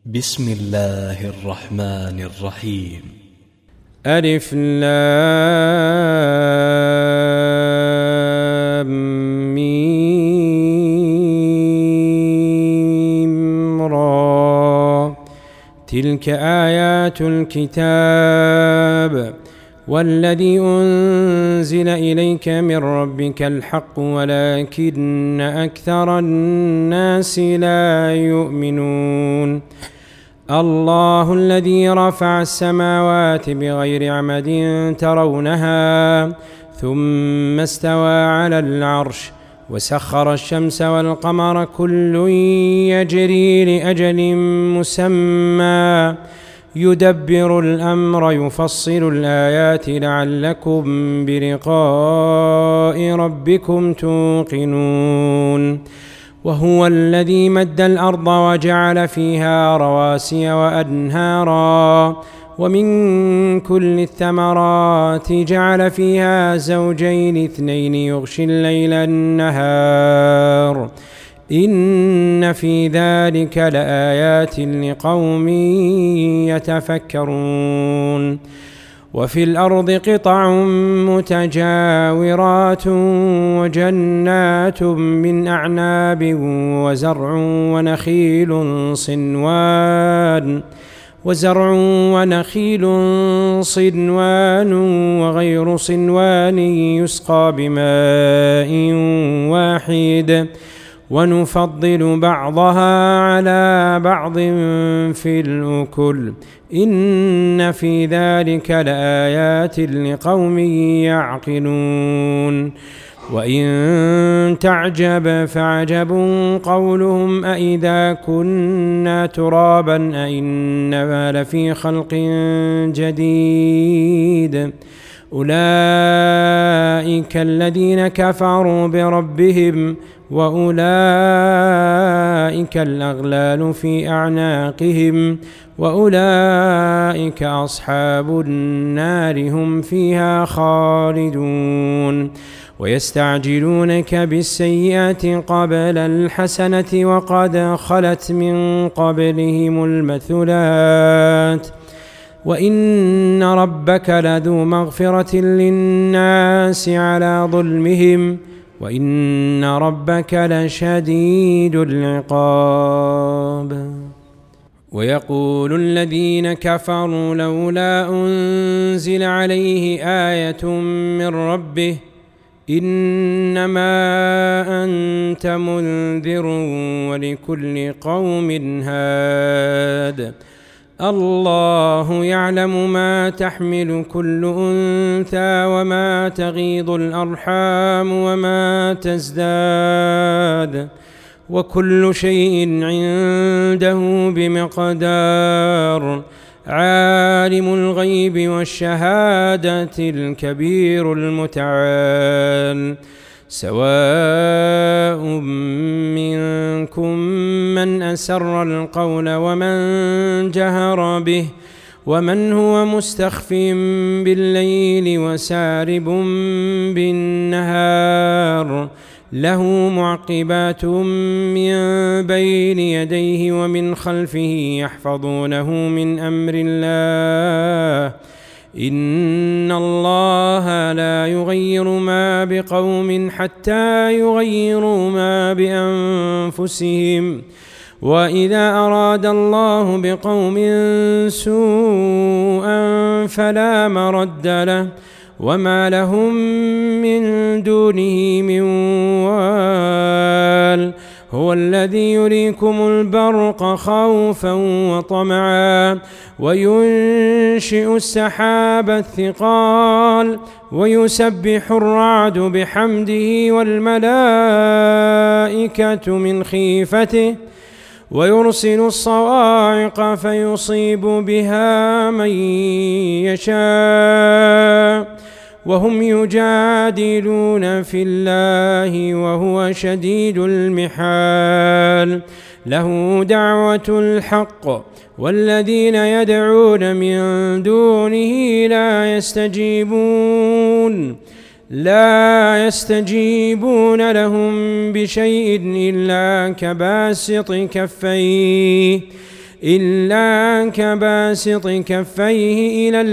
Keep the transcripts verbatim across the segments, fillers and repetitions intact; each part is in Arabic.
بسم الله الرحمن الرحيم. ألف لام ميم را. تلك آيات الكتاب والذي أنزل إليك من ربك الحق ولكن أكثر الناس لا يؤمنون. الله الذي رفع السماوات بغير عمد ترونها ثم استوى على العرش وسخر الشمس والقمر كل يجري لأجل مسمى يدبر الأمر يفصل الآيات لعلكم بلقاء ربكم توقنون. وهو الذي مد الأرض وجعل فيها رواسي وأنهارا ومن كل الثمرات جعل فيها زوجين اثنين يغشي الليل النهار إن في ذلك لآيات لقوم يتفكرون. وفي الأرض قطع متجاورات وجنات من أعناب وزرع ونخيل صنوان وزرع ونخيل صنوان وغير صنوان يسقى بماء واحد ونفضل بعضها على بعض في الأكل إن في ذلك لآيات لقوم يعقلون. وإن تعجب فعجب قولهم أإذا كنا ترابا أإنا لفي خلق جديد أولئك الذين كفروا بربهم وأولئك الأغلال في أعناقهم وأولئك أصحاب النار هم فيها خالدون. ويستعجلونك بالسيئة قبل الحسنة وقد خلت من قبلهم المثلات وإن ربك لذو مغفرة للناس على ظلمهم وإن ربك لشديد العقاب. ويقول الذين كفروا لولا أنزل عليه آية من ربه إنما أنت منذر ولكل قوم هاد الله يعلم ما تحمل كل أنثى وما تغيض الأرحام وما تزداد وكل شيء عنده بمقدار. عالم الغيب والشهادة الكبير المتعال. سواء منكم من أسر القول ومن جهر به ومن هو مستخف بالليل وسارب بالنهار له معقبات من بين يديه ومن خلفه يحفظونه من أمر الله إن الله لا يغير ما بقوم حتى يغيروا ما بأنفسهم وإذا أراد الله بقوم سوءا فلا مرد له وما لهم من دونه من وال. هو الذي يريكم البرق خوفا وطمعا وينشئ السحاب الثقال ويسبح الرعد بحمده والملائكة من خيفته ويرسل الصواعق فيصيب بها من يشاء وهم يجادلون في الله وهو شديد المحال. له دعوة الحق والذين يدعون من دونه لا يستجيبون لا يستجيبون لهم بشيء إلا كباسط كفيه إلا كباسط كفيه إلى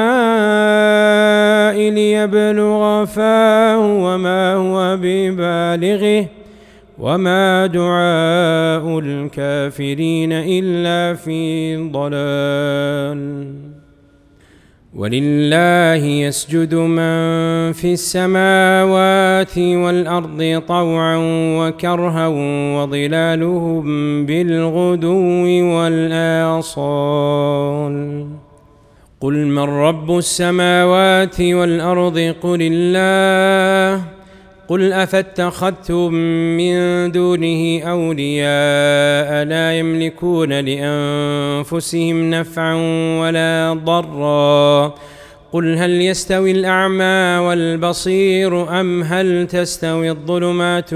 الماء ليبلغ فاه وما هو ببالغه وما دعاء الكافرين إلا في ضلال. ولله يسجد من في السماوات والأرض طوعا وكرها وظلالهم بالغدو والآصال. قل من رب السماوات والأرض قل الله. قل أفاتخذتم من دونه أولياء لا يملكون لأنفسهم نفعا ولا ضرا. قل هل يستوي الأعمى والبصير أم هل تستوي الظلمات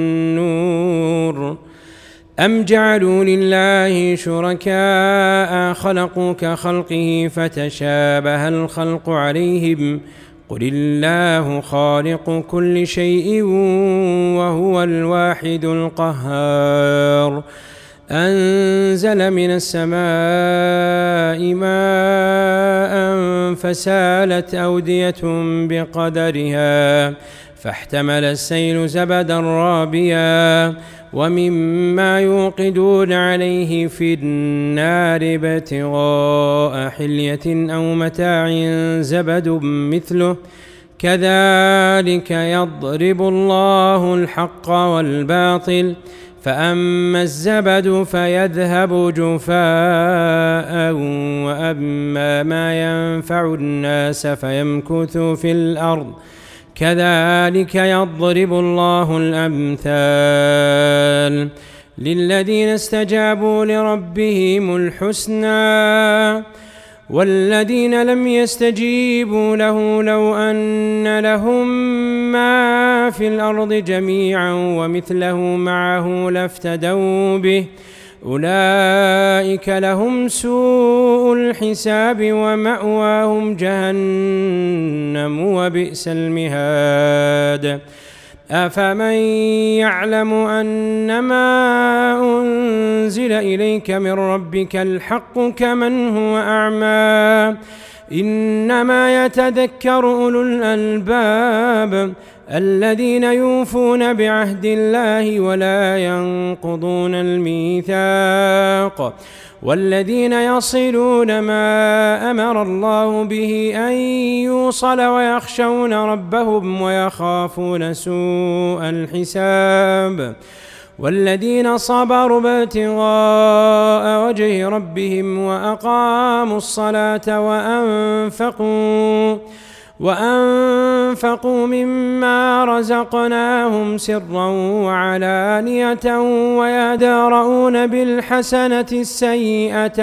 والنور أم جعلوا لله شركاء خلقوا كخلقه فتشابه الخلق عليهم قل الله خالق كل شيء وهو الواحد القهار. أنزل من السماء ماء فسالت أودية بقدرها فاحتمل السيل زبدا رابيا ومما يوقدون عليه في النار ابتغاء حلية أو متاع زبد مثله كذلك يضرب الله الحق والباطل فأما الزبد فيذهب جفاء وأما ما ينفع الناس فيمكث في الأرض كذلك يضرب الله الأمثال. للذين استجابوا لربهم الحسنى والذين لم يستجيبوا له لو أن لهم ما في الأرض جميعا ومثله معه لافتدوا به أولئك لهم سوء الحساب ومأواهم جهنم وبئس المهاد. أفمن يعلم أنما أنزل إليك من ربك الحق كمن هو أعمى إنما يتذكر أولو الألباب الذين يوفون بعهد الله ولا ينقضون الميثاق والذين يصلون ما أمر الله به أن يوصل ويخشون ربهم ويخافون سوء الحساب والذين صبروا ابتغاء وجه ربهم وأقاموا الصلاة وأنفقوا وأنفقوا مما رزقناهم سرا وعلانية ويدرؤون بالحسنة السيئة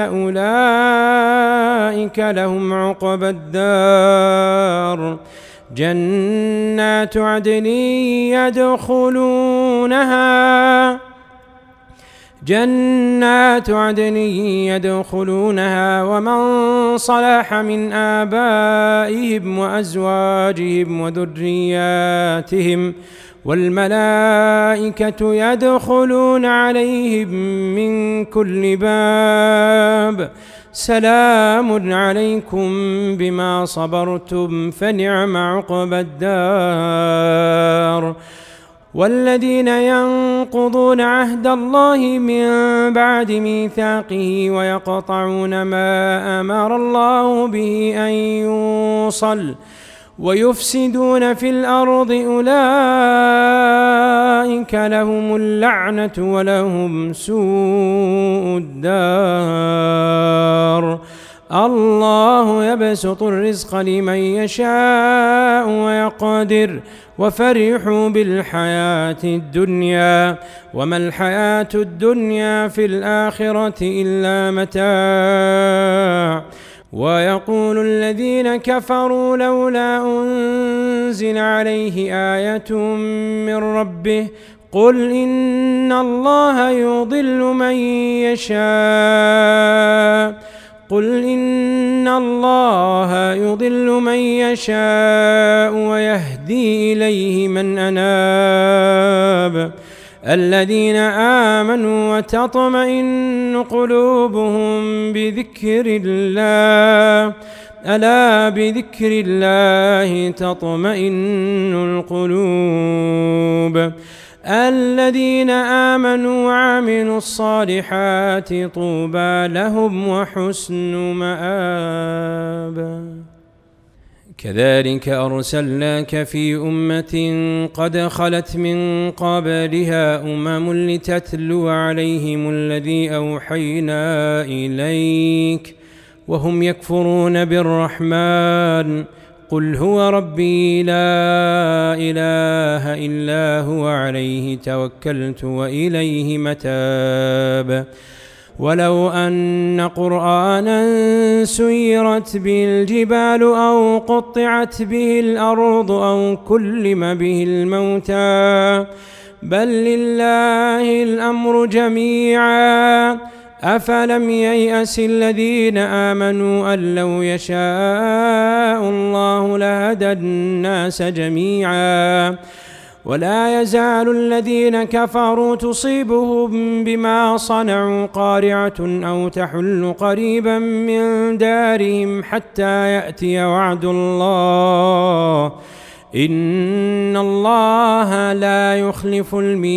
أولئك لهم عقبى الدار جنات عدن يدخلونها جنات عدن يدخلونها ومن صلح من آبائهم وأزواجهم وذرياتهم والملائكة يدخلون عليهم من كل باب سلام عليكم بما صبرتم فنعم عقبى الدار. والذين ينقضون عهد الله من بعد ميثاقه ويقطعون ما أمر الله به أن يوصل ويفسدون في الأرض أولئك لهم اللعنة ولهم سوء الدار. الله يبسط الرزق لمن يشاء ويقدر وفرحوا بالحياة الدنيا وما الحياة الدنيا في الآخرة إلا متاع. ويقول الذين كفروا لولا أنزل عليه آية من ربه قل إن الله يضل من يشاء قل إن الله يضل من يشاء ويهدي إليه من أناب الذين آمنوا وتطمئن قلوبهم بذكر الله ألا بذكر الله تطمئن القلوب الذين آمنوا وعملوا الصالحات طوبى لهم وحسن مآب. كذلك أرسلناك في أمة قد خلت من قبلها أمم لتتلو عليهم الذي أوحينا إليك وهم يكفرون بالرحمن قل هو ربي لا إله إلا هو عليه توكلت وإليه متاب. ولو أن قرآنا سيرت به الجبال أو قطعت به الأرض أو كلم به الموتى بل لله الأمر جميعا أفلم ييأس الذين آمنوا أن لو يشاء الله لهدى الناس جميعا ولا يزال الذين كفروا تصيبهم بما صنعوا قارعة أو تحل قريبا من دارهم حتى يأتي وعد الله إن الله لا يخلف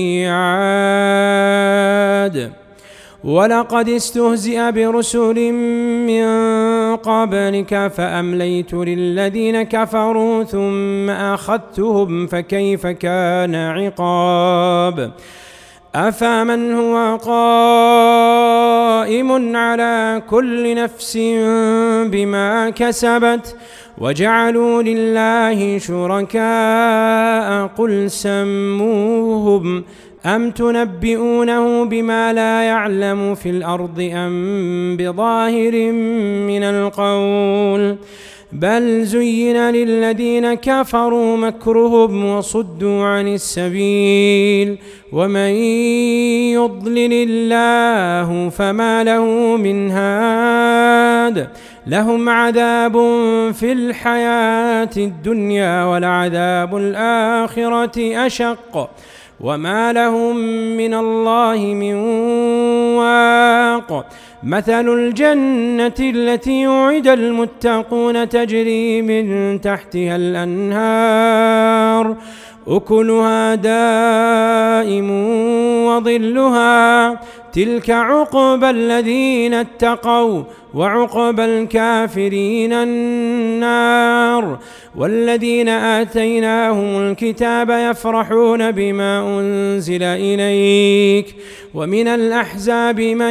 الميعاد. ولقد استهزئ برسل من قبلك فأمليت للذين كفروا ثم أخذتهم فكيف كان عقاب. أفمن هو قائم على كل نفس بما كسبت وجعلوا لله شركاء قل سموهم أم تنبئونه بما لا يعلم في الأرض أم بظاهر من القول بل زين للذين كفروا مكرهم وصدوا عن السبيل ومن يضلل الله فما له من هاد لهم عذاب في الحياة الدنيا ولعذاب الآخرة أشق وما لهم من الله من واق. مثل الجنة التي يوعد المتقون تجري من تحتها الأنهار أكلها دائم وظلها تلك عقبى الذين اتقوا وعقبى الكافرين النار. والذين آتيناهم الكتاب يفرحون بما أنزل إليك ومن الأحزاب من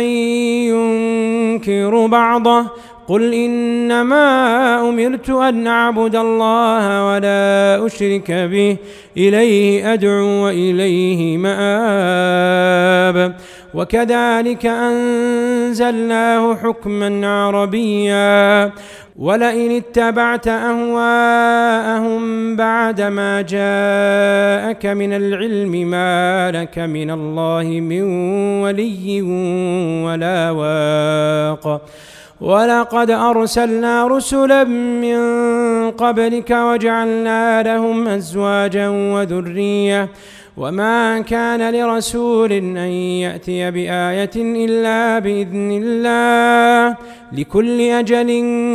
ينكر بعضه قل إنما أمرت أن أعبد الله ولا أشرك به إليه أدعو وإليه مآب. وكذلك أنزلناه حكما عربيا ولئن اتبعت أهواءهم بعدما جاءك من العلم ما لك من الله من ولي ولا واق. ولقد أرسلنا رسلا من قبلك وجعلنا لهم أزواجا وذرية وما كان لرسول أن يأتي بآية إلا بإذن الله لكل أجل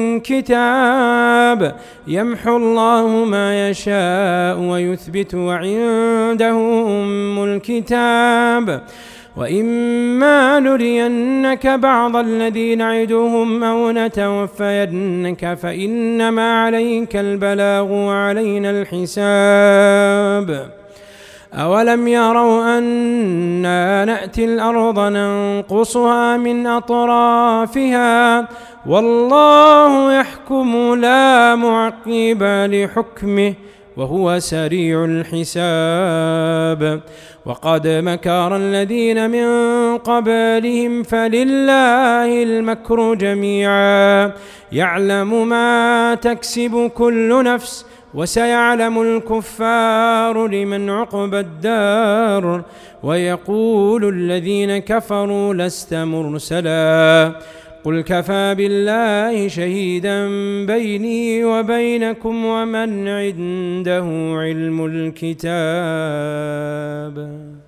كتاب يمحو الله ما يشاء ويثبت وعنده أم الكتاب. وإما نرينك بعض الذي نعدهم أو نتوفينك فإنما عليك البلاغ وعلينا الحساب. أولم يروا أنا نأتي الأرض ننقصها من أطرافها والله يحكم لا معقب لحكمه وهو سريع الحساب. وقد مكر الذين من قبلهم فلله المكر جميعا يعلم ما تكسب كل نفس وسيعلم الكفار لمن عقبى الدار. ويقول الذين كفروا لست مرسلا قل كفى بالله شهيدا بيني وبينكم ومن عنده علم الكتاب.